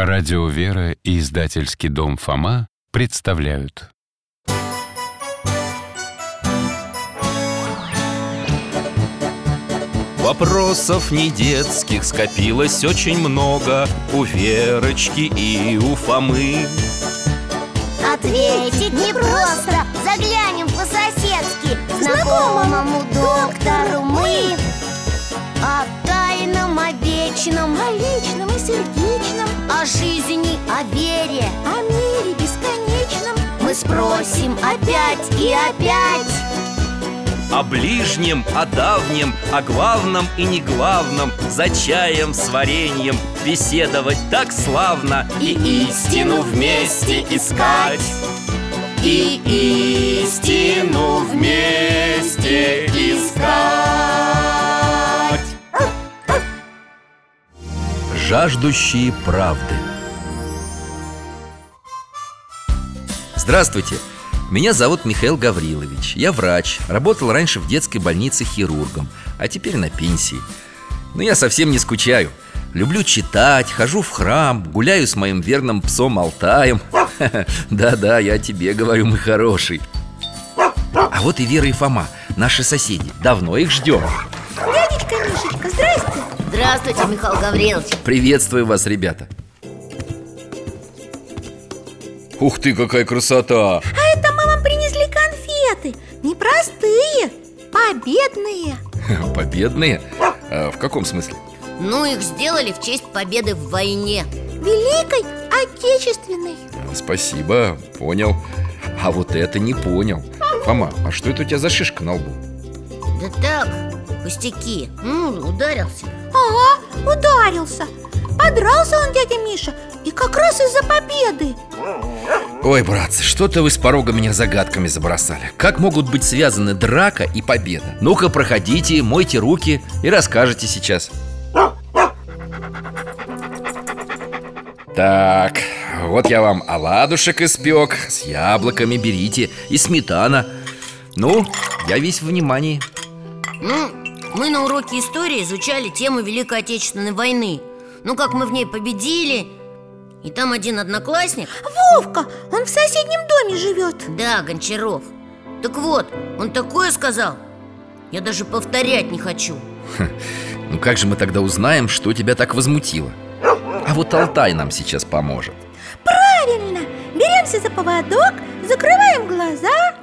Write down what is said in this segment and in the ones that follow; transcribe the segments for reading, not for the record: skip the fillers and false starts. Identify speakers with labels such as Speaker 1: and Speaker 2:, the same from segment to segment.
Speaker 1: Радио «Вера» и издательский дом «Фома» представляют.
Speaker 2: Вопросов не детских скопилось очень много у Верочки и у Фомы.
Speaker 3: Ответить непросто, заглянем по-соседски знакомому доктору мы. О тайном, о вечном,
Speaker 4: о личном и сердечном,
Speaker 3: о жизни, о вере,
Speaker 4: о мире бесконечном
Speaker 3: мы спросим опять и опять.
Speaker 2: О ближнем, о давнем, о главном и неглавном, за чаем с вареньем беседовать так славно. И истину вместе искать, и истину вместе искать. Жаждущие правды. Здравствуйте! Меня зовут Михаил Гаврилович. Я врач, работал раньше в детской больнице хирургом, а теперь на пенсии. Но я совсем не скучаю. Люблю читать, хожу в храм, гуляю с моим верным псом Алтаем. Да-да, я тебе говорю, мой хороший. А вот и Вера и Фома, наши соседи. Давно их ждем.
Speaker 4: Дядечка Мишечка, здрасте.
Speaker 3: Здравствуйте, Михаил Гаврилович.
Speaker 2: Приветствую вас, ребята. Ух ты, какая красота!
Speaker 4: А это мы вам принесли конфеты. Непростые, победные.
Speaker 2: Победные? В каком смысле?
Speaker 3: Ну, их сделали в честь победы в войне.
Speaker 4: Великой Отечественной.
Speaker 2: Спасибо, понял. А вот это не понял. Фома, а что это у тебя за шишка на лбу?
Speaker 3: Да так, пустяки. Ударился.
Speaker 4: Ага, ударился. Подрался он, дядя Миша, и как раз из-за победы.
Speaker 2: Ой, братцы, что-то вы с порога меня загадками забросали. Как могут быть связаны драка и победа? Ну-ка, проходите, мойте руки и расскажете сейчас. Так, вот я вам оладушек испек. С яблоками берите. И сметана. Ну, я весь внимание.
Speaker 3: Мы на уроке истории изучали тему Великой Отечественной войны. Ну, как мы в ней победили. И там один одноклассник.
Speaker 4: Вовка, он в соседнем доме живет.
Speaker 3: Да, Гончаров. Так вот, он такое сказал, я даже повторять не хочу.
Speaker 2: Ну как же мы тогда узнаем, что тебя так возмутило? А вот Алтай нам сейчас поможет.
Speaker 4: Правильно, беремся за поводок, закрываем глаза.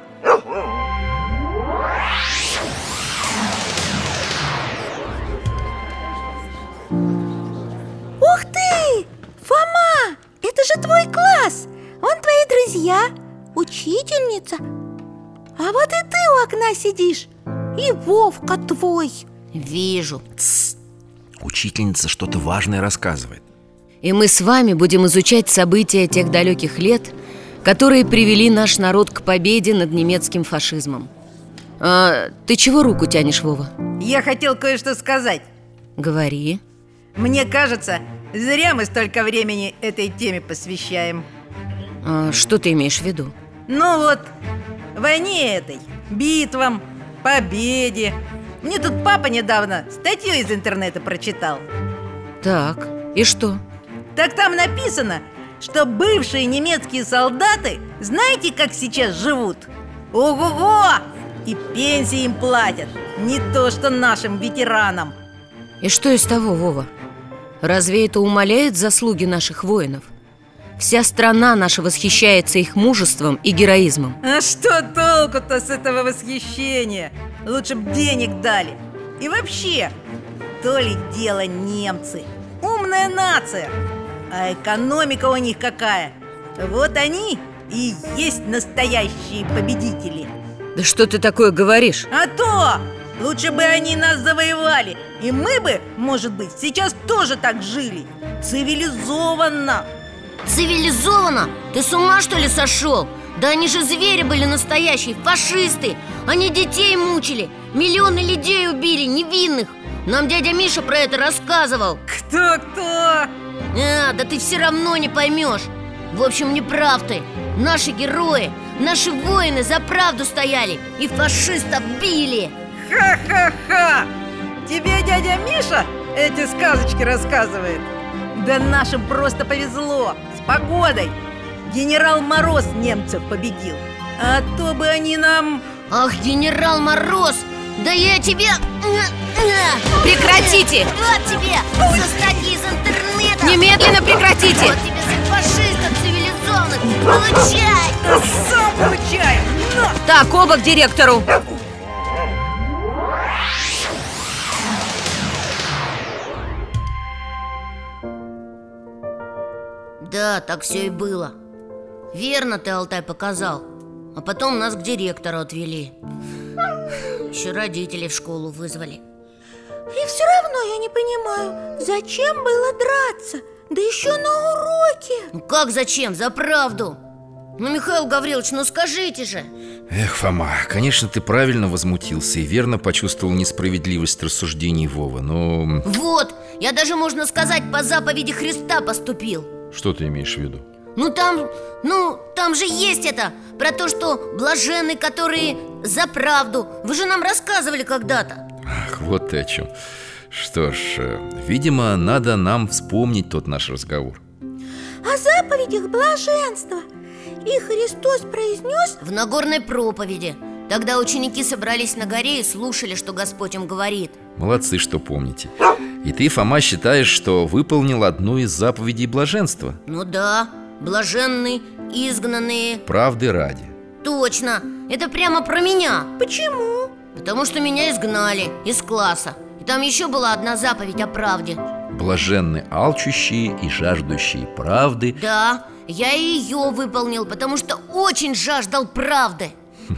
Speaker 4: Ух ты! Фома, это же твой класс. Вон твои друзья, учительница. А вот и ты у окна сидишь. И Вовка твой.
Speaker 3: Вижу.
Speaker 2: Тсс. Учительница что-то важное рассказывает.
Speaker 5: И мы с вами будем изучать события тех далеких лет, которые привели наш народ к победе над немецким фашизмом. Ты чего руку тянешь, Вова?
Speaker 6: Я хотел кое-что сказать.
Speaker 5: Говори.
Speaker 6: Мне кажется, зря мы столько времени этой теме посвящаем.
Speaker 5: Что ты имеешь в виду?
Speaker 6: Ну вот, войне этой, битвам, победе. Мне тут папа недавно статью из интернета прочитал.
Speaker 5: Так, и что?
Speaker 6: Так там написано, что бывшие немецкие солдаты, знаете, как сейчас живут? Ого-го! И пенсии им платят, не то что нашим ветеранам.
Speaker 5: И что из того, Вова? Разве это умаляет заслуги наших воинов? Вся страна наша восхищается их мужеством и героизмом.
Speaker 6: А что толку-то с этого восхищения? Лучше б денег дали. И вообще, то ли дело немцы. Умная нация. А экономика у них какая? Вот они и есть настоящие победители.
Speaker 5: Да что ты такое говоришь?
Speaker 6: А то! Лучше бы они нас завоевали, и мы бы, может быть, сейчас тоже так жили. Цивилизованно.
Speaker 3: Цивилизованно? Ты с ума, что ли, сошел? Да они же звери были настоящие, фашисты. Они детей мучили, миллионы людей убили, невинных. Нам дядя Миша про это рассказывал.
Speaker 6: Кто?
Speaker 3: Да ты все равно не поймешь. В общем, не прав ты. Наши герои, наши воины за правду стояли и фашистов били.
Speaker 6: Ха-ха-ха! Тебе дядя Миша эти сказочки рассказывает? Да нашим просто повезло. С погодой. Генерал Мороз немцев победил. А то бы они нам...
Speaker 3: Ах, генерал Мороз, да я тебе...
Speaker 5: Прекратите!
Speaker 3: Вот тебе за статьи из интернета.
Speaker 5: Немедленно прекратите!
Speaker 3: Вот тебе за фашистов цивилизованных. Получай!
Speaker 6: Да сам получаю! На!
Speaker 5: Так, оба к директору!
Speaker 3: Да, так все и было. Верно ты, Алтай, показал. А потом нас к директору отвели. Еще родителей в школу вызвали.
Speaker 4: И все равно я не понимаю, зачем было драться? Да еще на уроке.
Speaker 3: Ну как зачем? За правду. Ну, Михаил Гаврилович, ну скажите же.
Speaker 2: Эх, Фома, конечно, ты правильно возмутился и верно почувствовал несправедливость рассуждений Вова, но...
Speaker 3: Вот, я даже, можно сказать, по заповеди Христа поступил.
Speaker 2: Что ты имеешь в виду?
Speaker 3: Ну там же есть это, про то, что блаженны, которые за правду. Вы же нам рассказывали когда-то.
Speaker 2: Ах, вот ты о чем. Что ж, видимо, надо нам вспомнить тот наш разговор.
Speaker 4: О заповедях блаженства. И Христос произнес...
Speaker 3: В Нагорной проповеди. Тогда ученики собрались на горе и слушали, что Господь им говорит.
Speaker 2: Молодцы, что помните. И ты, Фома, считаешь, что выполнил одну из заповедей блаженства?
Speaker 3: Ну да, блаженны, изгнанные.
Speaker 2: Правды ради.
Speaker 3: Точно, это прямо про меня.
Speaker 4: Почему?
Speaker 3: Потому что меня изгнали из класса. И там еще была одна заповедь о правде.
Speaker 2: Блаженны алчущие и жаждущие правды.
Speaker 3: Да, я и ее выполнил, потому что очень жаждал правды.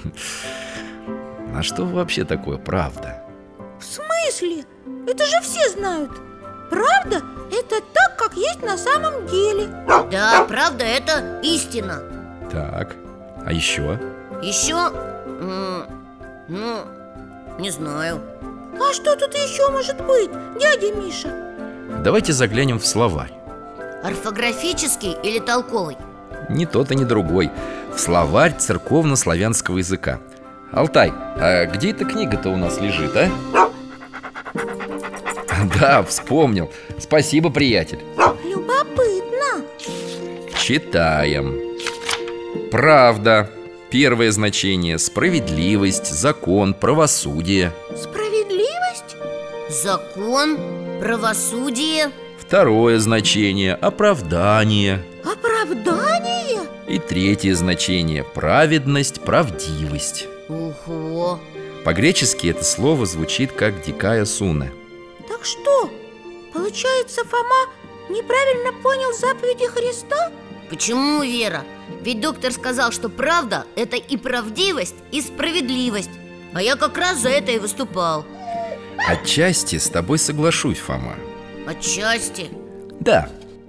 Speaker 2: А что вообще такое правда?
Speaker 4: В смысле? Это же все знают. Правда – это так, как есть на самом деле.
Speaker 3: Да, правда – это истина.
Speaker 2: Так, а еще?
Speaker 3: Еще, ну, не знаю.
Speaker 4: А что тут еще может быть, дядя Миша?
Speaker 2: Давайте заглянем в словарь.
Speaker 3: Орфографический или толковый?
Speaker 2: Ни тот и ни другой. В словарь церковно-славянского языка. Алтай, а где эта книга-то у нас лежит, а? Да, вспомнил. Спасибо, приятель.
Speaker 4: Любопытно.
Speaker 2: Читаем. Правда. Первое значение – справедливость, закон, правосудие.
Speaker 4: Справедливость?
Speaker 3: Закон, правосудие.
Speaker 2: Второе значение – оправдание.
Speaker 4: Оправдание?
Speaker 2: И третье значение – праведность, правдивость.
Speaker 3: Ого.
Speaker 2: По-гречески это слово звучит как «дикая суне».
Speaker 4: Так что, получается, Фома неправильно понял заповеди Христа?
Speaker 3: Почему, Вера? Ведь доктор сказал, что правда – это и правдивость, и справедливость. А я как раз за это и выступал.
Speaker 2: Отчасти с тобой соглашусь, Фома.
Speaker 3: Отчасти.
Speaker 2: Да.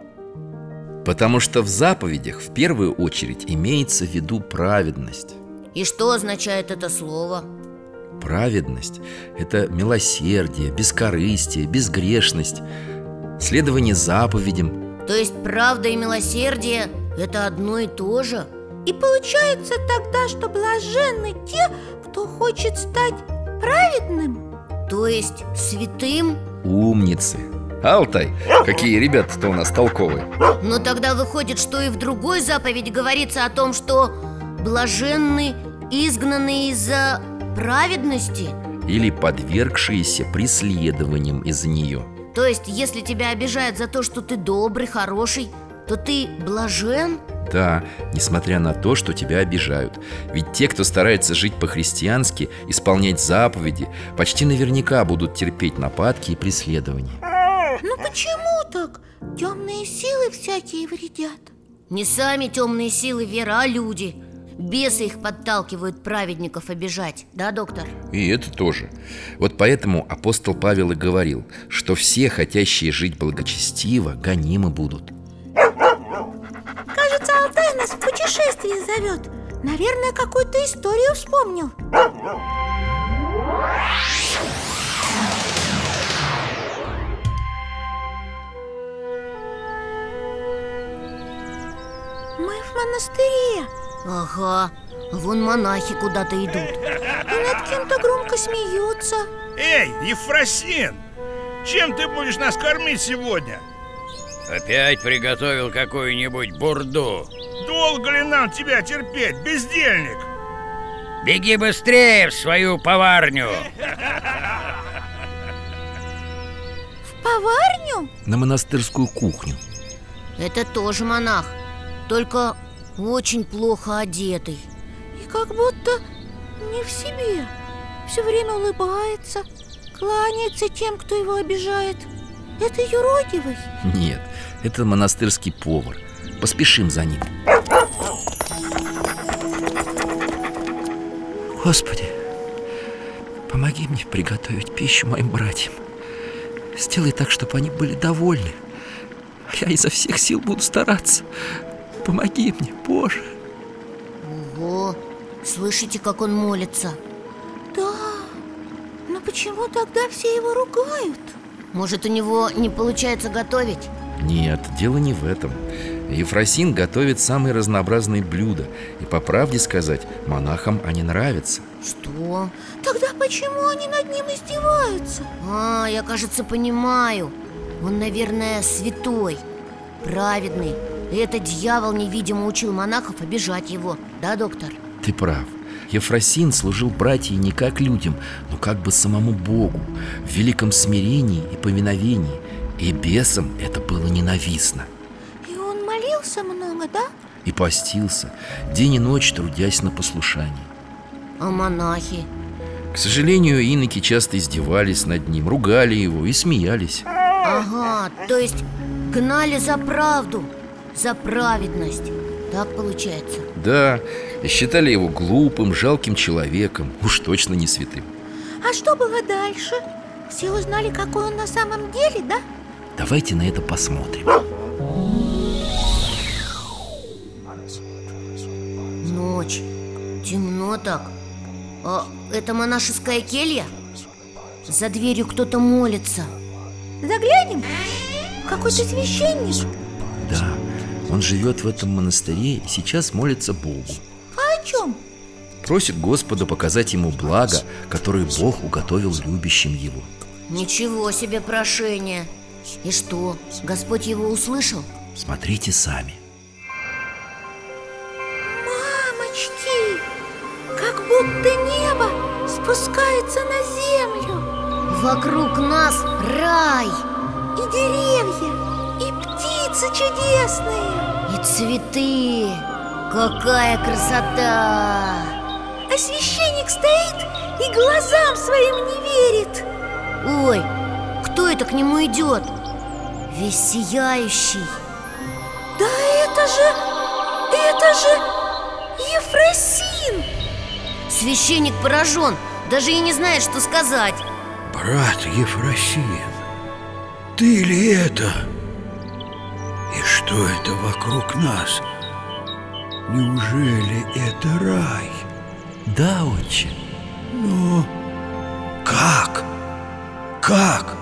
Speaker 2: Потому что в заповедях в первую очередь имеется в виду праведность.
Speaker 3: И что означает это слово?
Speaker 2: Праведность – это милосердие, бескорыстие, безгрешность, следование заповедям.
Speaker 3: То есть правда и милосердие – это одно и то же?
Speaker 4: И получается тогда, что блаженны те, кто хочет стать праведным?
Speaker 3: То есть святым?
Speaker 2: Умницы. Алтай, какие ребята-то у нас толковые.
Speaker 3: Но тогда выходит, что и в другой заповеди говорится о том, что блаженны изгнанные из-за праведности?
Speaker 2: Или подвергшиеся преследованиям из-за нее.
Speaker 3: То есть, если тебя обижают за то, что ты добрый, хороший, то ты блажен?
Speaker 2: Да, несмотря на то, что тебя обижают. Ведь те, кто старается жить по-христиански, исполнять заповеди, почти наверняка будут терпеть нападки и преследования.
Speaker 4: Ну почему так? Темные силы всякие вредят.
Speaker 3: Не сами темные силы, Вера, а люди. Бесы их подталкивают праведников обижать, да, доктор?
Speaker 2: И это тоже. Вот поэтому апостол Павел и говорил, что все, хотящие жить благочестиво, гонимы будут.
Speaker 4: Кажется, Алтай нас в путешествие зовет. Наверное, какую-то историю вспомнил. Мы в монастыре.
Speaker 3: Ага, вон монахи куда-то идут.
Speaker 4: И над кем-то громко смеются.
Speaker 7: Эй, Ефросин, чем ты будешь нас кормить сегодня? Опять приготовил какую-нибудь бурду.
Speaker 8: Долго ли нам тебя терпеть, бездельник?
Speaker 7: Беги быстрее в свою поварню.
Speaker 4: В поварню?
Speaker 2: На монастырскую кухню.
Speaker 3: Это тоже монах, только очень плохо одетый.
Speaker 4: И как будто не в себе. Все время улыбается, кланяется тем, кто его обижает. Это юродивый?
Speaker 2: Нет, это монастырский повар. Поспешим за ним. Господи, помоги мне приготовить пищу моим братьям. Сделай так, чтобы они были довольны. Я изо всех сил буду стараться. Помоги мне, Боже.
Speaker 3: Ого, слышите, как он молится?
Speaker 4: Да, но почему тогда все его ругают?
Speaker 3: Может, у него не получается готовить?
Speaker 2: Нет, дело не в этом. Ефросин готовит самые разнообразные блюда. И, по правде сказать, монахам они нравятся.
Speaker 3: Что?
Speaker 4: Тогда почему они над ним издеваются?
Speaker 3: Я, кажется, понимаю. Он, наверное, святой, праведный. И этот дьявол невидимо учил монахов обижать его. Да, доктор?
Speaker 2: Ты прав. Ефросин служил братьям не как людям, но как бы самому Богу, в великом смирении и повиновении. И бесам это было ненавистно.
Speaker 4: И он молился много, да?
Speaker 2: И постился, день и ночь трудясь на послушании.
Speaker 3: А монахи?
Speaker 2: К сожалению, иноки часто издевались над ним, ругали его и смеялись.
Speaker 3: Ага, то есть гнали за правду, за праведность. Так получается?
Speaker 2: Да, и считали его глупым, жалким человеком, уж точно не святым.
Speaker 4: А что было дальше? Все узнали, какой он на самом деле, да?
Speaker 2: Давайте на это посмотрим.
Speaker 3: Ночь, темно так. А это монашеская келья? За дверью кто-то молится.
Speaker 4: Заглянем? Какой-то священник?
Speaker 2: Да, он живет в этом монастыре и сейчас молится Богу.
Speaker 4: А о чем?
Speaker 2: Просит Господа показать ему благо, которое Бог уготовил любящим его.
Speaker 3: Ничего себе прошение. И что, Господь его услышал?
Speaker 2: Смотрите сами.
Speaker 4: Мамочки! Как будто небо спускается на землю.
Speaker 3: Вокруг нас рай.
Speaker 4: И деревья, и птицы чудесные.
Speaker 3: И цветы. Какая красота!
Speaker 4: А священник стоит и глазам своим не верит.
Speaker 3: Ой, кто это к нему идет? Весь сияющий.
Speaker 4: Да это же Ефросин!
Speaker 3: Священник поражен, даже и не знает, что сказать.
Speaker 9: Брат Ефросин, ты ли это? И что это вокруг нас? Неужели это рай?
Speaker 2: Да, отче.
Speaker 9: Но как? Как?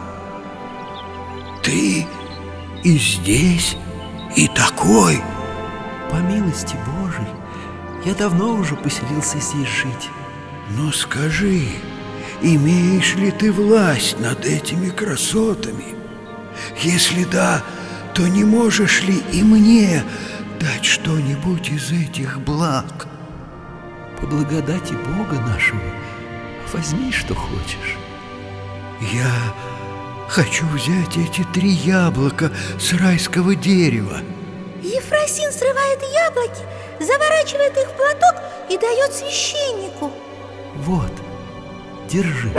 Speaker 9: Ты и здесь, и такой?
Speaker 2: По милости Божией, я давно уже поселился здесь жить.
Speaker 9: Но скажи, имеешь ли ты власть над этими красотами? Если да, то не можешь ли и мне дать что-нибудь из этих благ?
Speaker 2: По благодати Бога нашего возьми, что хочешь.
Speaker 9: Я хочу взять эти 3 яблока с райского дерева.
Speaker 4: Ефросин срывает яблоки, заворачивает их в платок и дает священнику.
Speaker 2: Вот, держи.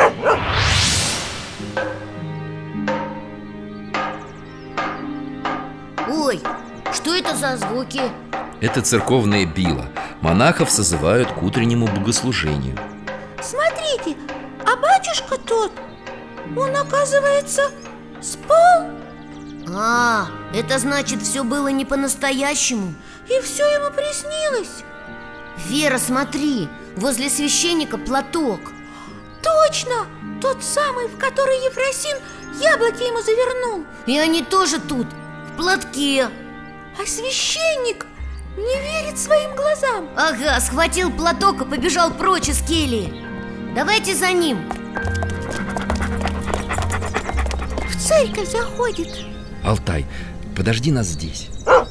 Speaker 3: Ой, что это за звуки?
Speaker 2: Это церковное било. Монахов созывают к утреннему богослужению.
Speaker 4: Смотрите, а батюшка тот, он, оказывается, спал.
Speaker 3: Это значит, все было не по-настоящему.
Speaker 4: И все ему приснилось.
Speaker 3: Вера, смотри, возле священника платок.
Speaker 4: Точно, тот самый, в который Ефросин яблоки ему завернул.
Speaker 3: И они тоже тут, в платке.
Speaker 4: А священник не верит своим глазам.
Speaker 3: Ага, схватил платок и побежал прочь из кельи. Давайте за ним.
Speaker 4: В церковь заходит.
Speaker 2: Алтай, Подожди нас здесь.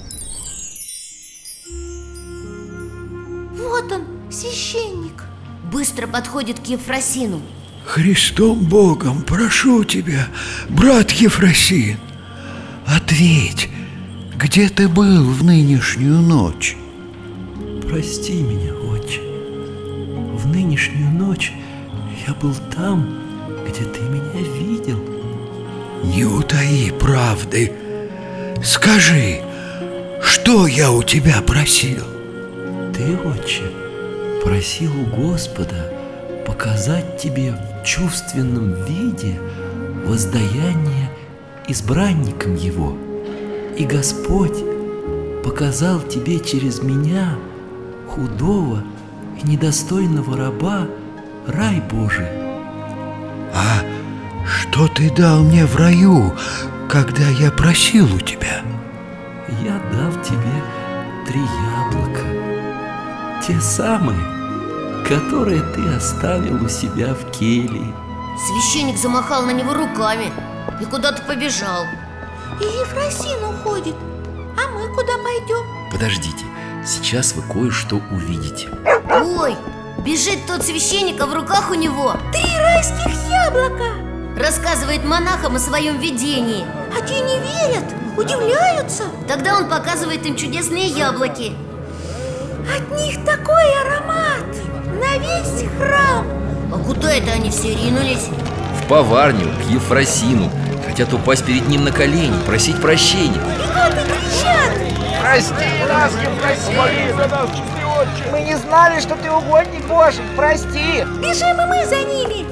Speaker 4: Вот он, священник.
Speaker 3: Быстро подходит к Ефросину.
Speaker 9: Христом Богом прошу тебя, брат Ефросин, ответь, где ты был в нынешнюю ночь?
Speaker 10: Прости меня, отче. В нынешнюю ночь я был там, где ты меня видел.
Speaker 9: Не утаи правды. Скажи, что я у тебя просил?
Speaker 10: Ты, отче, просил у Господа показать тебе в чувственном виде воздаяние избранникам Его. И Господь показал тебе через меня, худого и недостойного раба, рай Божий.
Speaker 9: А что ты дал мне в раю, когда я просил у тебя?
Speaker 10: Я дал тебе 3 яблока, те самые, которые ты оставил у себя в келье.
Speaker 3: Священник замахал на него руками и куда-то побежал.
Speaker 4: И Ефросин уходит. А мы куда пойдем?
Speaker 2: Подождите, сейчас вы кое-что увидите.
Speaker 3: Ой, бежит тот священник, а в руках у него
Speaker 4: 3 райских яблока.
Speaker 3: рассказывает монахам о своем видении.
Speaker 4: А те не верят, удивляются.
Speaker 3: Тогда он показывает им чудесные яблоки.
Speaker 4: От них такой аромат на весь храм.
Speaker 3: А куда это они все ринулись?
Speaker 2: В поварню, к Ефросину. Хотят упасть перед ним на колени, просить прощения.
Speaker 4: Бегут и кричат:
Speaker 11: прости нас, Ефросин! Мы не знали, что ты угодник Божий, прости!
Speaker 4: Бежим и мы за ними.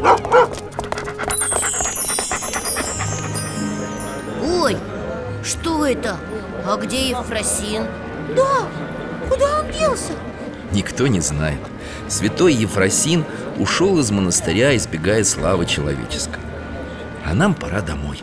Speaker 3: Ой, что это? А где Ефросин?
Speaker 4: Да, куда он делся?
Speaker 2: Никто не знает. Святой Ефросин ушел из монастыря, избегая славы человеческой. А нам пора домой.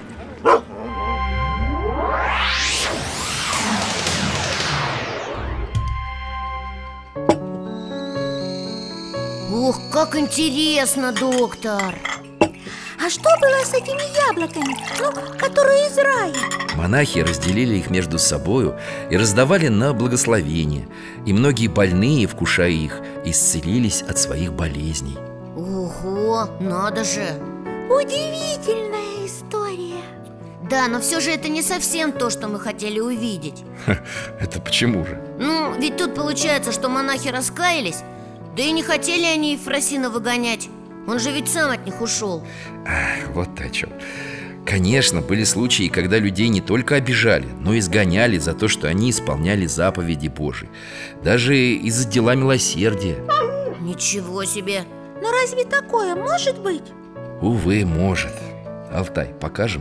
Speaker 3: Ох, как интересно, доктор!
Speaker 4: А что было с этими яблоками, которые из рая?
Speaker 2: Монахи разделили их между собою и раздавали на благословение. И многие больные, вкушая их, исцелились от своих болезней.
Speaker 3: Ого, надо же!
Speaker 4: Удивительная история.
Speaker 3: Да, но все же это не совсем то, что мы хотели увидеть.
Speaker 2: Это почему же?
Speaker 3: Ну, ведь тут получается, что монахи раскаялись. Да и не хотели они Ефросина выгонять. Он же ведь сам от них ушел.
Speaker 2: Ах, вот ты о чем. Конечно, были случаи, когда людей не только обижали, но и изгоняли за то, что они исполняли заповеди Божии. Даже из-за дела милосердия.
Speaker 3: Ничего себе!
Speaker 4: Но разве такое может быть?
Speaker 2: Увы, может. Алтай, покажем?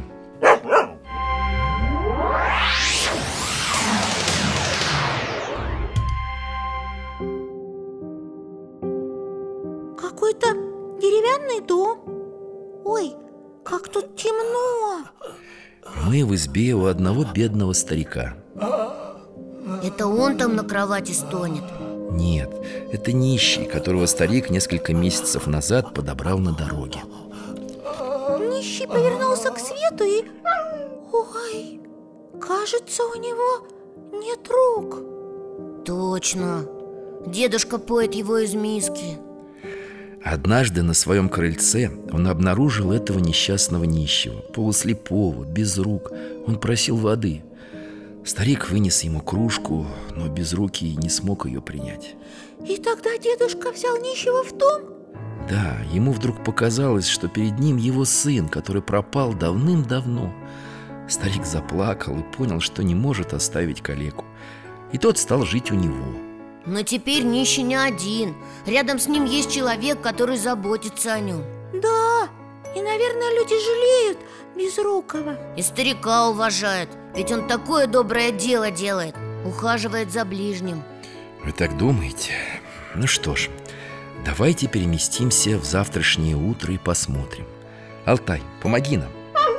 Speaker 4: Какой-то деревянный дом. Ой, как тут темно.
Speaker 2: Мы в избе у одного бедного старика.
Speaker 3: Это он там на кровати стонет?
Speaker 2: Нет, это нищий, которого старик несколько месяцев назад подобрал на дороге.
Speaker 4: Нищий повернулся к свету и... Ой, кажется, у него нет рук.
Speaker 3: Точно. Дедушка поет его из миски.
Speaker 2: Однажды на своем крыльце он обнаружил этого несчастного нищего, полуслепого, без рук. Он просил воды. Старик вынес ему кружку, но безрукий не смог ее принять.
Speaker 4: И тогда дедушка взял нищего в дом?
Speaker 2: Да, ему вдруг показалось, что перед ним его сын, который пропал давным-давно. Старик заплакал и понял, что не может оставить калеку. И тот стал жить у него.
Speaker 3: Но теперь нищий не один. Рядом с ним есть человек, который заботится о нем.
Speaker 4: Да, и, наверное, люди жалеют безрукого.
Speaker 3: И старика уважают, ведь он такое доброе дело делает. Ухаживает за ближним.
Speaker 2: Вы так думаете? Ну что ж, давайте переместимся в завтрашнее утро и посмотрим. Алтай, помоги нам.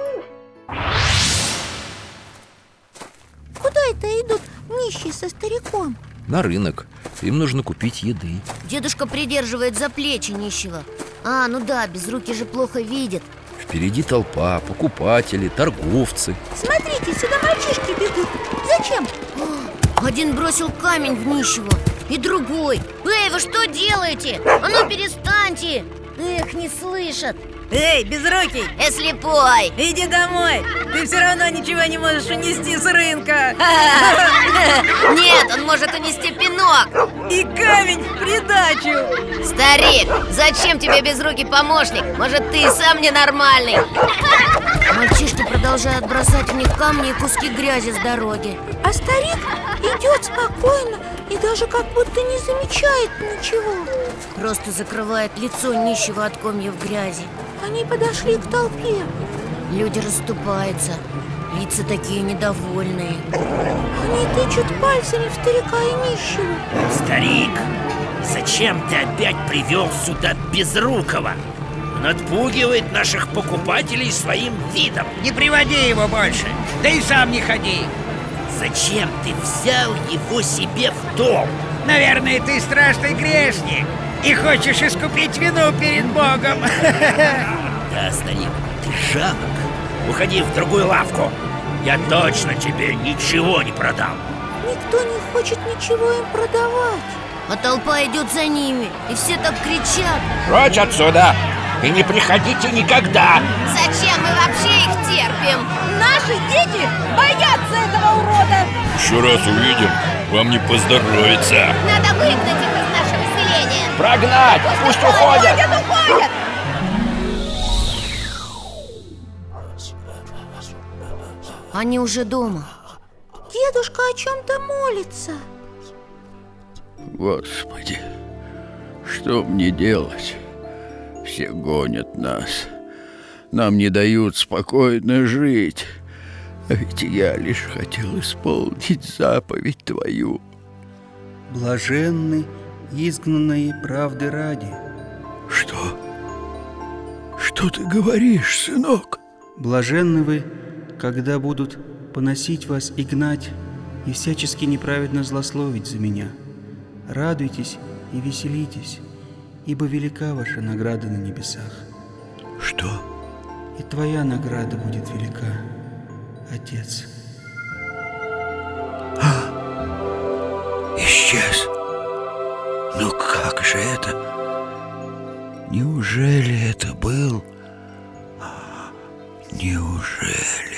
Speaker 4: Куда это идут нищие со стариком?
Speaker 2: На рынок. Им нужно купить еды.
Speaker 3: Дедушка придерживает за плечи нищего. А, ну да, безрукий же плохо видит.
Speaker 2: Впереди толпа, покупатели, торговцы.
Speaker 4: Смотрите, сюда мальчишки бегут. Зачем?
Speaker 3: Один бросил камень в нищего, и другой. Эй, вы что делаете? А ну перестаньте! Эх, не слышат.
Speaker 6: Эй, безрукий!
Speaker 3: Слепой!
Speaker 6: Иди домой! Ты все равно ничего не можешь унести с рынка.
Speaker 3: Нет, он может унести пинок.
Speaker 6: И камень в придачу.
Speaker 3: Старик, зачем тебе безрукий помощник? Может, ты и сам ненормальный? Мальчишки продолжают бросать в них камни и куски грязи с дороги.
Speaker 4: А старик идет спокойно и даже как будто не замечает ничего.
Speaker 3: Просто закрывает лицо нищего от комьев грязи.
Speaker 4: Они подошли к толпе.
Speaker 3: Люди расступаются, лица такие недовольные.
Speaker 4: Они тычут пальцами в старика и нищего.
Speaker 7: Старик, зачем ты опять привел сюда Безрукова? Он отпугивает наших покупателей своим видом.
Speaker 11: Не приводи его больше, да и сам не ходи.
Speaker 7: Зачем ты взял его себе в дом?
Speaker 11: Наверное, ты страшный грешник и хочешь искупить вину перед Богом.
Speaker 7: Да, старик, ты жалок. Уходи в другую лавку. Я точно тебе ничего не продам.
Speaker 4: Никто не хочет ничего им продавать.
Speaker 3: А толпа идет за ними, и все так кричат.
Speaker 7: Прочь отсюда! И не приходите никогда!
Speaker 3: Зачем мы вообще их терпим?
Speaker 6: Наши дети боятся этого урода.
Speaker 12: Еще раз увидим, вам не поздоровится.
Speaker 3: Надо выгнать их из нашего селения.
Speaker 7: Прогнать! Пусть уходят!
Speaker 6: Уходят!
Speaker 3: Они уже дома.
Speaker 4: Дедушка о чем-то молится.
Speaker 9: Господи, что мне делать? Все гонят нас. Нам не дают спокойно жить. А ведь я лишь хотел исполнить заповедь Твою.
Speaker 13: Блаженны изгнанные правды ради.
Speaker 9: Что? Что ты говоришь, сынок?
Speaker 13: Блаженны вы, когда будут поносить вас и гнать, и всячески неправедно злословить за меня. Радуйтесь и веселитесь, ибо велика ваша награда на небесах.
Speaker 9: Что?
Speaker 13: И твоя награда будет велика, Отец.
Speaker 9: Исчез. Ну как же это? Неужели это был? Неужели?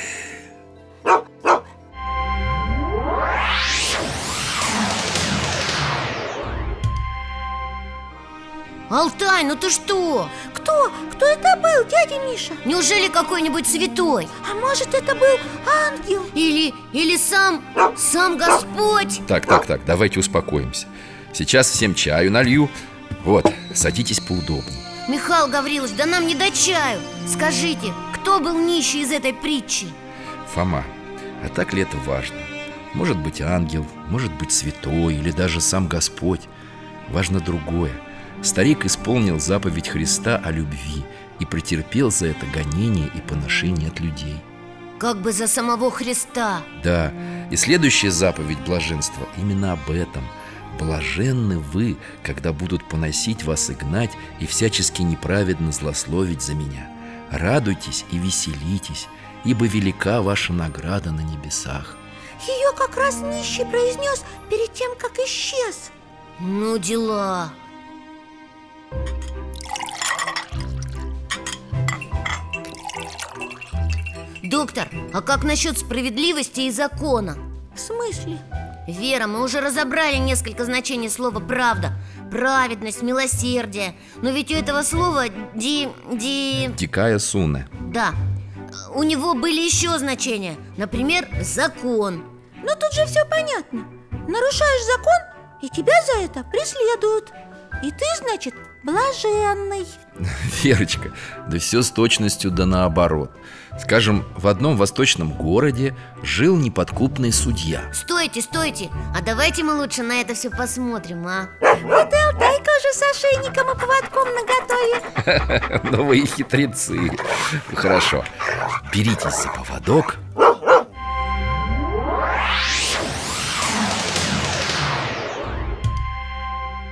Speaker 3: Алтай, ну ты что?
Speaker 4: Кто? Кто это был, дядя Миша?
Speaker 3: Неужели какой-нибудь святой?
Speaker 4: А может, это был ангел?
Speaker 3: Или сам Господь?
Speaker 2: Так, давайте успокоимся. Сейчас всем чаю налью. Вот, садитесь поудобнее.
Speaker 3: Михаил Гаврилович, да нам не до чаю. Скажите, кто был нищий из этой притчи?
Speaker 2: Фома, а так ли это важно? Может быть ангел, может быть святой или даже сам Господь. Важно другое. Старик исполнил заповедь Христа о любви и претерпел за это гонение и поношение от людей.
Speaker 3: Как бы за самого Христа.
Speaker 2: Да, и следующая заповедь блаженства именно об этом. Блаженны вы, когда будут поносить вас и гнать, и всячески неправедно злословить за меня. Радуйтесь и веселитесь, ибо велика ваша награда на небесах.
Speaker 4: Ее как раз нищий произнес перед тем, как исчез.
Speaker 3: Ну дела. Доктор, а как насчет справедливости и закона?
Speaker 4: В смысле?
Speaker 3: Вера, мы уже разобрали несколько значений слова «правда». Праведность, милосердие. Но ведь у этого слова
Speaker 2: Дикая суне.
Speaker 3: Да, у него были еще значения. Например, закон.
Speaker 4: Но тут же все понятно. Нарушаешь закон, и тебя за это преследуют. И ты, значит, блаженный.
Speaker 2: Верочка, да все с точностью да наоборот. Скажем, в одном восточном городе жил неподкупный судья.
Speaker 3: Стойте, а давайте мы лучше на это все посмотрим, а?
Speaker 4: Вот и Алтайка уже с ошейником и поводком наготове.
Speaker 2: Ну вы и хитрецы. Хорошо, беритесь за поводок.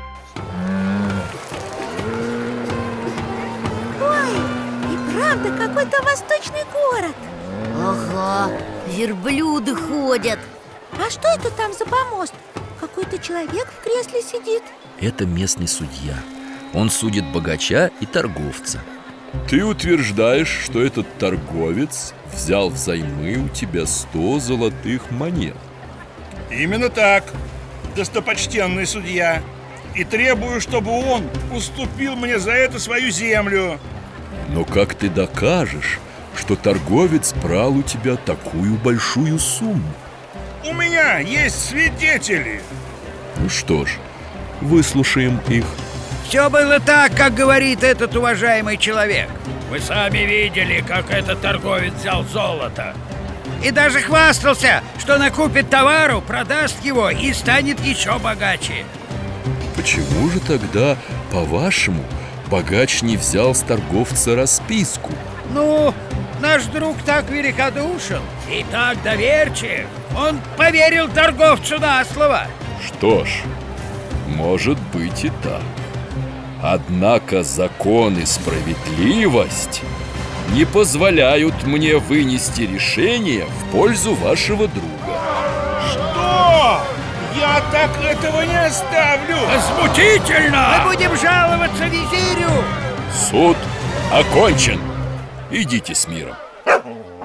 Speaker 4: Ой, и правда, как какой-то восточный город.
Speaker 3: Ага, верблюды ходят.
Speaker 4: А что это там за помост? Какой-то человек в кресле сидит.
Speaker 2: Это местный судья. Он судит богача и торговца.
Speaker 12: Ты утверждаешь, что этот торговец взял взаймы у тебя 100 золотых монет?
Speaker 8: Именно так, достопочтенный судья. И требую, чтобы он уступил мне за это свою землю.
Speaker 12: Но как ты докажешь, что торговец брал у тебя такую большую сумму?
Speaker 8: У меня есть свидетели.
Speaker 12: Ну что ж, выслушаем их.
Speaker 11: Все было так, как говорит этот уважаемый человек. Вы сами видели, как этот торговец взял золото. И даже хвастался, что накупит товару, продаст его и станет еще богаче.
Speaker 12: Почему же тогда, по-вашему, богач не взял с торговца расписку?
Speaker 11: Ну, наш друг так великодушен и так доверчив. Он поверил торговцу на слово.
Speaker 12: Что ж, может быть и так. Однако закон и справедливость не позволяют мне вынести решение в пользу вашего друга.
Speaker 8: Что? Я так этого не оставлю.
Speaker 11: Возмутительно! Мы будем жаловаться визирю.
Speaker 12: Суд окончен. Идите с миром.
Speaker 4: А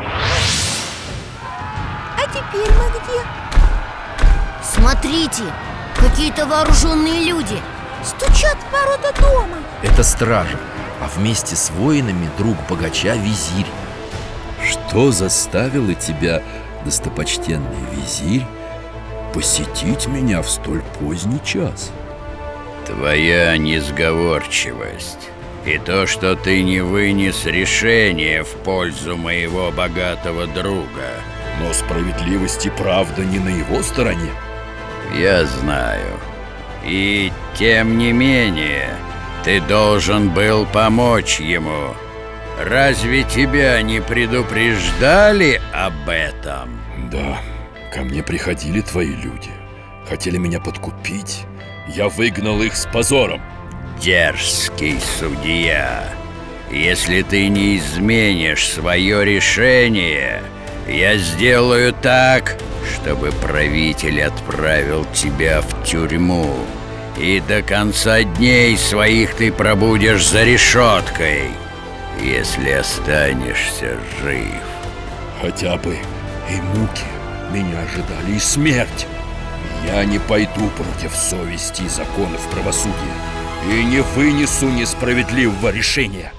Speaker 4: теперь мы где?
Speaker 3: Смотрите, какие-то вооруженные люди.
Speaker 4: Стучат в ворота дома.
Speaker 2: Это стража, а вместе с воинами друг богача визирь.
Speaker 12: Что заставило тебя, достопочтенный визирь, посетить меня в столь поздний час?
Speaker 14: Твоя несговорчивость и то, что ты не вынес решение в пользу моего богатого друга.
Speaker 12: Но справедливость и правда не на его стороне.
Speaker 14: Я знаю. И тем не менее, ты должен был помочь ему. Разве тебя не предупреждали об этом?
Speaker 12: Да, ко мне приходили твои люди. Хотели меня подкупить. Я выгнал их с позором.
Speaker 14: Дерзкий судья. Если ты не изменишь свое решение, я сделаю так, чтобы правитель отправил тебя в тюрьму, и до конца дней своих ты пробудешь за решеткой, если останешься жив.
Speaker 12: Хотя бы и муки меня ожидали, и смерть. Я не пойду против совести и законов правосудия и не вынесу несправедливого решения.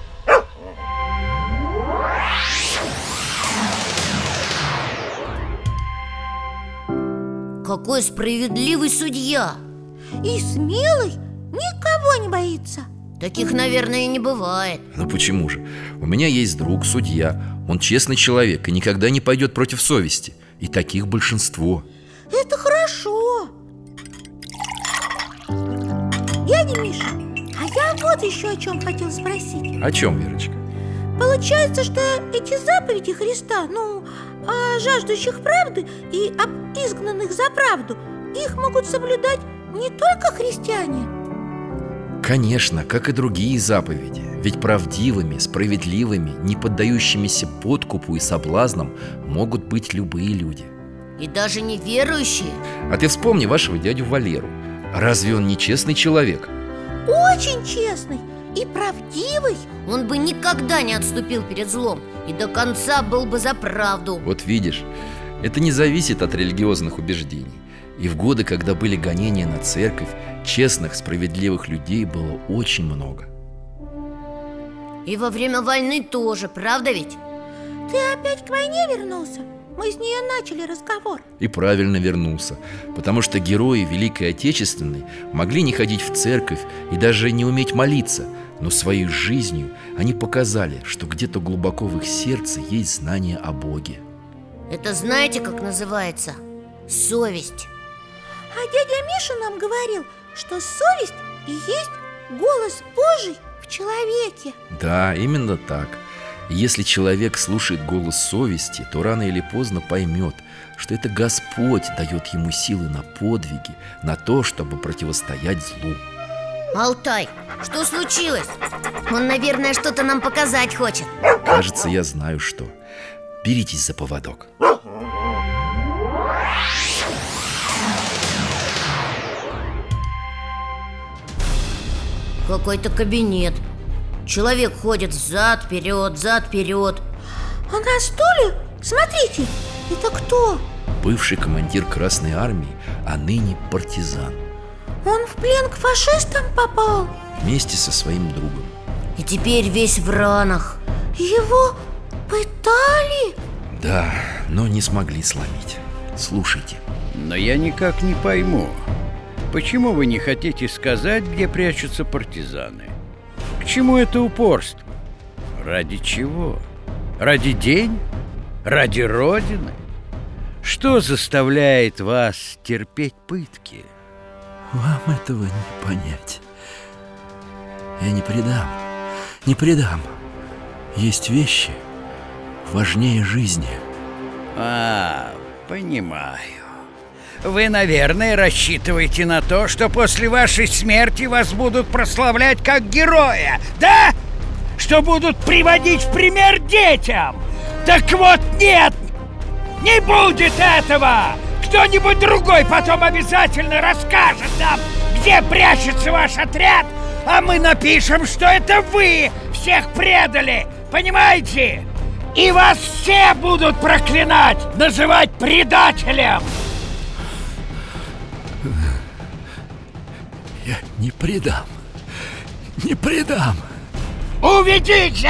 Speaker 3: Какой справедливый судья.
Speaker 4: И смелый, никого не боится.
Speaker 3: Таких, наверное, и не бывает.
Speaker 2: Ну почему же? У меня есть друг, судья. Он честный человек и никогда не пойдет против совести. И таких большинство.
Speaker 4: Это хорошо. Дядя Миша, а я вот еще о чем хотел спросить.
Speaker 2: О чем, Верочка?
Speaker 4: Получается, что эти заповеди Христа, о жаждущих правды и об изгнанных за правду, их могут соблюдать не только христиане?
Speaker 2: Конечно, как и другие заповеди. Ведь правдивыми, справедливыми, не поддающимися подкупу и соблазнам могут быть любые люди.
Speaker 3: И даже неверующие.
Speaker 2: А ты вспомни вашего дядю Валеру. Разве он не честный человек?
Speaker 4: Очень честный и правдивый.
Speaker 3: Он бы никогда не отступил перед злом и до конца был бы за правду.
Speaker 2: Вот видишь, это не зависит от религиозных убеждений. И в годы, когда были гонения на церковь, честных, справедливых людей было очень много.
Speaker 3: И во время войны тоже, правда ведь?
Speaker 4: Ты опять к войне вернулся? Мы с нее начали разговор.
Speaker 2: И правильно вернулся, потому что герои Великой Отечественной могли не ходить в церковь и даже не уметь молиться, но своей жизнью они показали, что где-то глубоко в их сердце есть знание о Боге.
Speaker 3: Это знаете, как называется? Совесть.
Speaker 4: А дядя Миша нам говорил, что совесть и есть голос Божий в человеке.
Speaker 2: Да, именно так. Если человек слушает голос совести, то рано или поздно поймет, что это Господь дает ему силы на подвиги, на то, чтобы противостоять злу.
Speaker 3: Алтай, что случилось? Он, наверное, что-то нам показать хочет.
Speaker 2: Кажется, я знаю что. Беритесь за поводок.
Speaker 3: Какой-то кабинет. Человек ходит взад-вперед, взад-вперед.
Speaker 4: А на стуле? Смотрите, это кто?
Speaker 2: Бывший командир Красной Армии, а ныне партизан.
Speaker 4: Он в плен к фашистам попал?
Speaker 2: Вместе со своим другом.
Speaker 3: И теперь весь в ранах.
Speaker 4: Его пытали?
Speaker 2: Да, но не смогли сломить. Слушайте.
Speaker 14: Но я никак не пойму, почему вы не хотите сказать, где прячутся партизаны? К чему это упорство? Ради чего? Ради денег? Ради Родины? Что заставляет вас терпеть пытки?
Speaker 12: Вам этого не понять. Я не предам. Есть вещи важнее жизни.
Speaker 14: Понимаю. Вы, наверное, рассчитываете на то, что после вашей смерти вас будут прославлять как героя, да? Что будут приводить в пример детям. Так вот нет! Не будет этого! Кто-нибудь другой потом обязательно расскажет нам, где прячется ваш отряд, а мы напишем, что это вы всех предали, понимаете? И вас все будут проклинать, называть предателем!
Speaker 12: Я не предам.
Speaker 14: Уведите!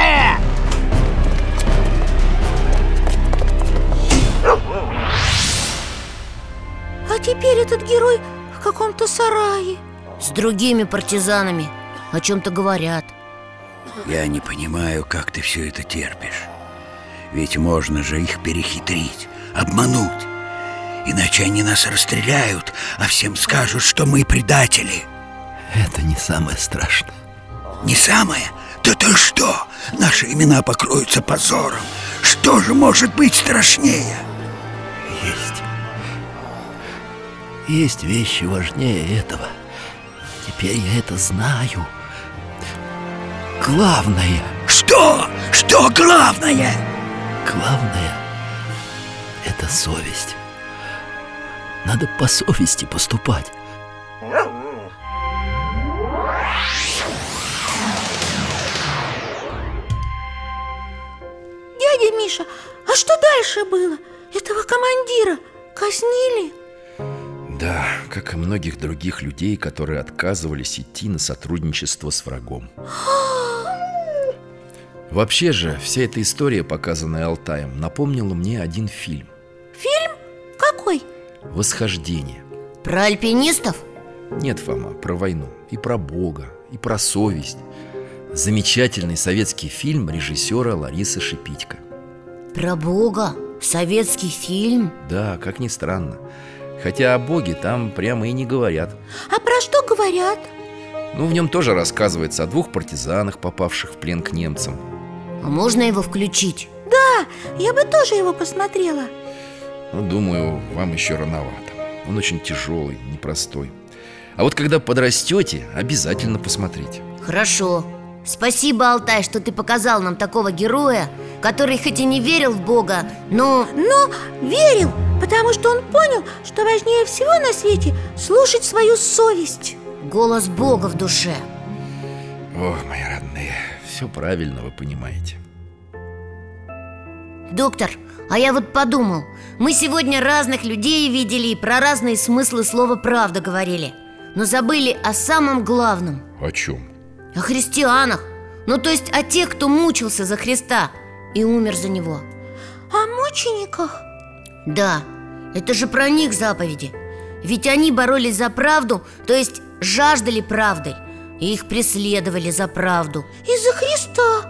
Speaker 4: А теперь этот герой в каком-то сарае.
Speaker 3: С другими партизанами. О чем-то говорят.
Speaker 14: Я не понимаю, как ты все это терпишь. Ведь можно же их перехитрить, обмануть. Иначе они нас расстреляют, а всем скажут, что мы предатели.
Speaker 12: Это не самое страшное.
Speaker 9: Не самое? Да ты что? Наши имена покроются позором. Что же может быть страшнее?
Speaker 12: Есть вещи важнее этого. Теперь я это знаю. Главное.
Speaker 9: Что? Что главное?
Speaker 12: Главное — это совесть. Надо по совести поступать.
Speaker 4: Дядя Миша, а что дальше было? Этого командира казнили?
Speaker 2: Да, как и многих других людей, которые отказывались идти на сотрудничество с врагом. Вообще же, вся эта история, показанная Алтаем, напомнила мне один фильм.
Speaker 4: Фильм? Какой?
Speaker 2: «Восхождение».
Speaker 3: Про альпинистов?
Speaker 2: Нет, Фома, про войну. И про Бога, и про совесть. Замечательный советский фильм режиссера Ларисы Шипитько.
Speaker 3: Про Бога? Советский фильм?
Speaker 2: Да, как ни странно. Хотя о Боге там прямо и не говорят.
Speaker 4: А про что говорят?
Speaker 2: Ну, в нем тоже рассказывается о двух партизанах, попавших в плен к немцам.
Speaker 3: А можно его включить?
Speaker 4: Да, я бы тоже его посмотрела.
Speaker 2: Ну, думаю, вам еще рановато. Он очень тяжелый, непростой. А вот когда подрастете, обязательно посмотрите.
Speaker 3: Хорошо. Спасибо, Алтай, что ты показал нам такого героя, который хоть и не верил в Бога, но
Speaker 4: верил, потому что он понял, что важнее всего на свете слушать свою совесть.
Speaker 3: Голос Бога в душе.
Speaker 2: Ох, мои родные, все правильно вы понимаете.
Speaker 3: Доктор, а я вот подумал, мы сегодня разных людей видели и про разные смыслы слова «правда» говорили, но забыли о самом главном.
Speaker 2: О чем?
Speaker 3: О христианах. Ну, то есть о тех, кто мучился за Христа и умер за Него.
Speaker 4: О мучениках?
Speaker 3: Да, это же про них заповеди. Ведь они боролись за правду, то есть жаждали правды, и их преследовали за правду.
Speaker 4: Из-за Христа.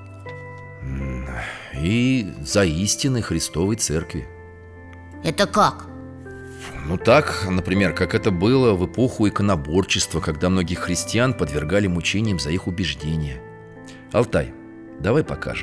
Speaker 2: И за истины Христовой Церкви.
Speaker 3: Это как?
Speaker 2: Ну так, например, как это было в эпоху иконоборчества, когда многих христиан подвергали мучениям за их убеждения. Алтай, давай покажем.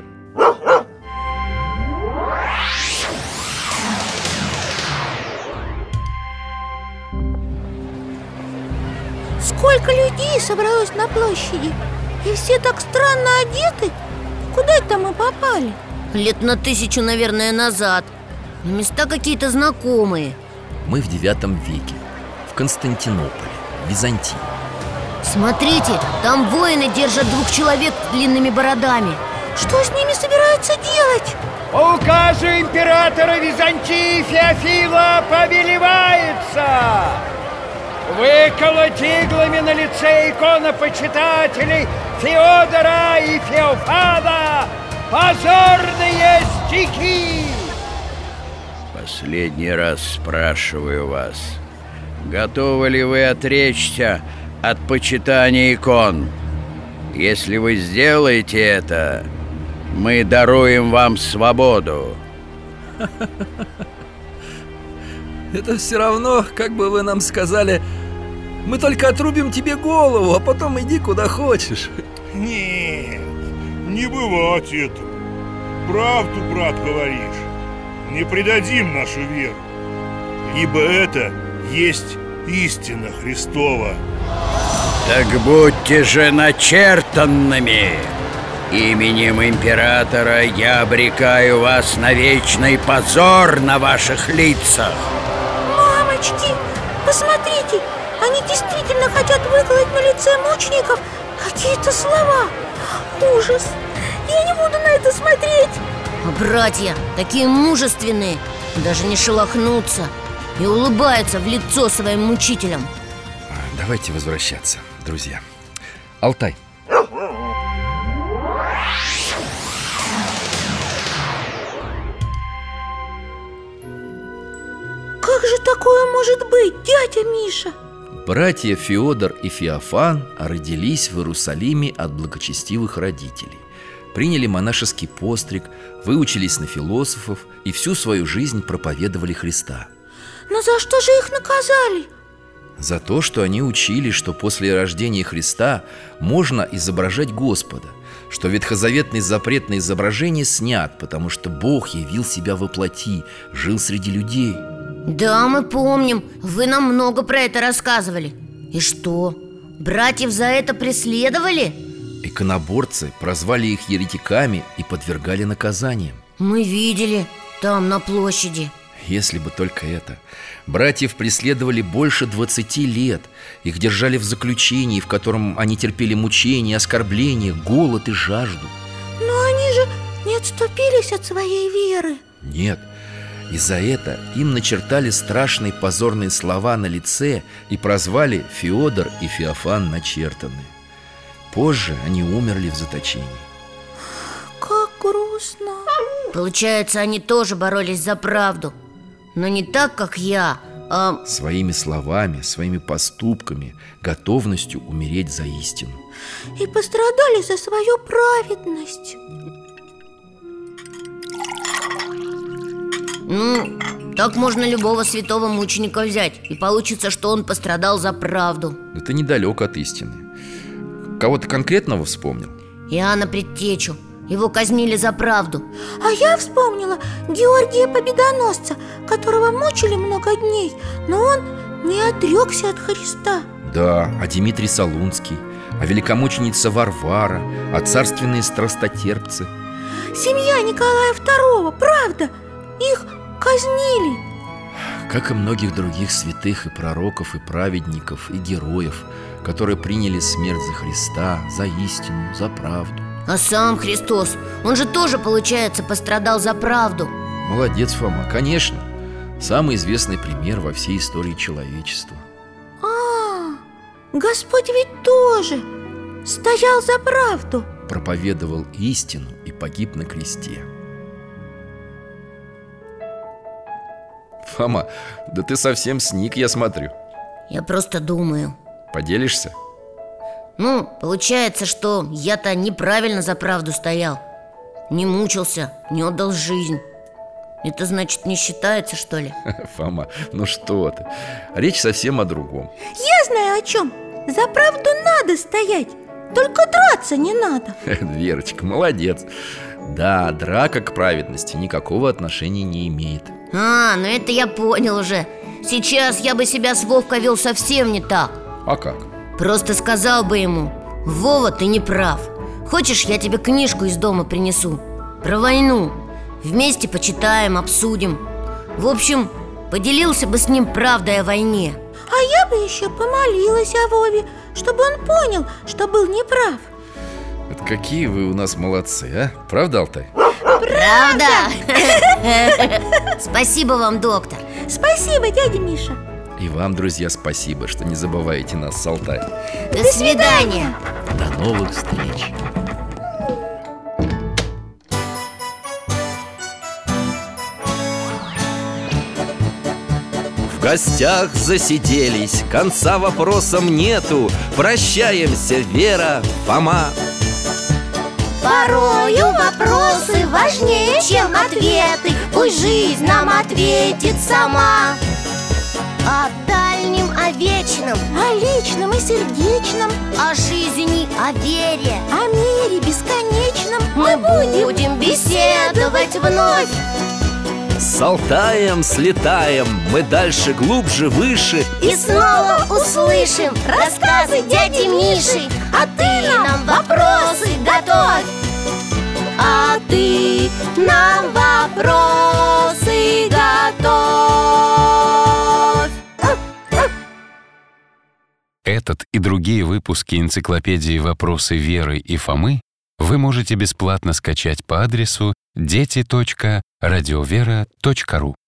Speaker 4: Сколько людей собралось на площади, и все так странно одеты. куда это мы попали?
Speaker 3: Лет на 1000, наверное, назад. Но места какие-то знакомые.
Speaker 2: Мы в 9 веке, в Константинополе, Византии.
Speaker 3: Смотрите, там воины держат 2 человек с длинными бородами.
Speaker 4: Что с ними собираются делать?
Speaker 14: По указу императора Византии Феофила повелевается выколоть иглами на лице иконопочитателей Феодора и Феофана позорные стихи.
Speaker 11: Последний раз спрашиваю вас, готовы ли вы отречься от почитания икон? Если вы сделаете это, мы даруем вам свободу.
Speaker 2: Это все равно, как бы вы нам сказали: мы только отрубим тебе голову, а потом иди куда хочешь.
Speaker 8: Нет, не бывать этого. Правду, брат, говоришь. Не предадим нашу веру, ибо это есть истина Христова.
Speaker 11: Так будьте же начертанными. Именем императора я обрекаю вас на вечный позор на ваших лицах.
Speaker 4: Мамочки, посмотрите, они действительно хотят выколоть на лице мучеников какие-то слова. Ужас, я не буду на это смотреть.
Speaker 3: А братья такие мужественные, даже не шелохнутся, и улыбаются в лицо своим мучителям.
Speaker 2: Давайте возвращаться, друзья. Алтай.
Speaker 4: Как же такое может быть, дядя Миша?
Speaker 2: Братья Феодор и Феофан родились в Иерусалиме от благочестивых родителей. Приняли монашеский постриг, выучились на философов и всю свою жизнь проповедовали Христа.
Speaker 4: Но за что же их наказали?
Speaker 2: За то, что они учили, что после рождения Христа можно изображать Господа, что ветхозаветный запрет на изображение снят, потому что Бог явил себя во плоти, жил среди людей.
Speaker 3: Да, мы помним, вы нам много про это рассказывали. И что, братьев за это преследовали?
Speaker 2: Иконоборцы прозвали их еретиками и подвергали наказаниям.
Speaker 3: Мы видели, там, на площади.
Speaker 2: Если бы только это. Братьев преследовали больше 20 лет. Их держали в заключении, в котором они терпели мучения, оскорбления, голод и жажду.
Speaker 4: Но они же не отступились от своей веры.
Speaker 2: Нет. И за это им начертали страшные позорные слова на лице и прозвали Феодор и Феофан начертанные. Позже они умерли в заточении.
Speaker 4: Как грустно.
Speaker 3: Получается, они тоже боролись за правду. Но не так, как я, а...
Speaker 2: своими словами, своими поступками, готовностью умереть за истину.
Speaker 4: И пострадали за свою праведность.
Speaker 3: Ну, так можно любого святого мученика взять, и получится, что он пострадал за правду.
Speaker 2: Это недалек от истины. Кого-то конкретного вспомнил?
Speaker 3: Иоанна Предтечу. Его казнили за правду.
Speaker 4: А я вспомнила Георгия Победоносца, которого мучили много дней, но он не отрекся от Христа.
Speaker 2: Да, а Дмитрий Солунский, а великомученица Варвара, а царственные страстотерпцы.
Speaker 4: Семья Николая II, правда, их казнили.
Speaker 2: Как и многих других святых и пророков, и праведников, и героев, которые приняли смерть за Христа, за истину, за правду.
Speaker 3: А сам Христос, он же тоже, получается, пострадал за правду.
Speaker 2: Молодец, Фома, конечно. Самый известный пример во всей истории человечества.
Speaker 4: Господь ведь тоже стоял за правду.
Speaker 2: Проповедовал истину и погиб на кресте. Фома, да ты совсем сник, я смотрю.
Speaker 3: Я просто думаю.
Speaker 2: Поделишься?
Speaker 3: Ну, получается, что я-то неправильно за правду стоял. Не мучился, не отдал жизнь. Это значит, не считается, что ли?
Speaker 2: Фома, ну что ты? Речь совсем о другом.
Speaker 4: Я знаю о чем. За правду надо стоять, только драться не надо.
Speaker 2: Верочка, молодец. Да, драка к праведности никакого отношения не имеет.
Speaker 3: Ну это я понял уже. Сейчас я бы себя с Вовкой вел совсем не так.
Speaker 2: А как?
Speaker 3: Просто сказал бы ему: Вова, ты не прав. Хочешь, я тебе книжку из дома принесу? Про войну. Вместе почитаем, обсудим. В общем, поделился бы с ним правдой о войне.
Speaker 4: А я бы еще помолилась о Вове, чтобы он понял, что был неправ.
Speaker 2: Это какие вы у нас молодцы, а? Правда, Алтай?
Speaker 3: Правда? Спасибо вам, доктор.
Speaker 4: Спасибо, дядя Миша.
Speaker 2: И вам, друзья, спасибо, что не забываете нас с Алтаем.
Speaker 3: До свидания.
Speaker 2: До новых встреч. В гостях засиделись, конца вопросам нету. Прощаемся, Вера, Фома.
Speaker 15: Порою вопросы важнее, чем ответы. Пусть жизнь нам ответит сама. О дальнем, о вечном,
Speaker 4: о личном и сердечном,
Speaker 15: о жизни, о вере,
Speaker 4: о мире бесконечном
Speaker 15: мы будем беседовать вновь.
Speaker 2: С Алтаем слетаем, мы дальше, глубже, выше.
Speaker 15: И снова услышим рассказы дяди Миши. А ты нам вопросы готовь. А ты нам вопросы готовь.
Speaker 1: Этот и другие выпуски энциклопедии «Вопросы Веры и Фомы» вы можете бесплатно скачать по адресу дети.радиовера.ру.